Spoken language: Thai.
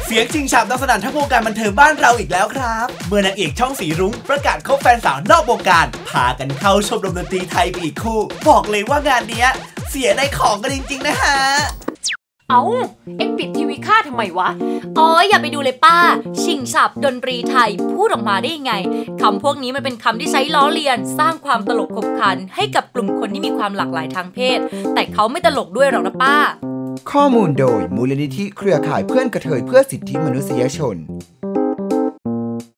เสียงชิงฉับดังสนั่นทั้งวงการบันเทิงบ้านเราอีกแล้วครับเมื่อนางเอกช่องสีรุ้งประกาศคบแฟนสาวนอกวงการพากันเข้าชมรมดนตรีไทยไปอีกคู่บอกเลยว่างานเนี้ยเสียในของกันจริงๆนะฮะเอาเอ็งปิดทีวีค่าทำไมวะอย่าไปดูเลยป้าชิงฉับดนตรีไทยพูดออกมาได้ยังไงคำพวกนี้มันเป็นคำที่ใช้ล้อเลียนสร้างความตลกขบขันให้กับกลุ่มคนที่มีความหลากหลายทางเพศแต่เขาไม่ตลกด้วยหรอกนะป้าข้อมูลโดยมูลนิธิเครือข่ายเพื่อนกระเทยเพื่อสิทธิมนุษยชน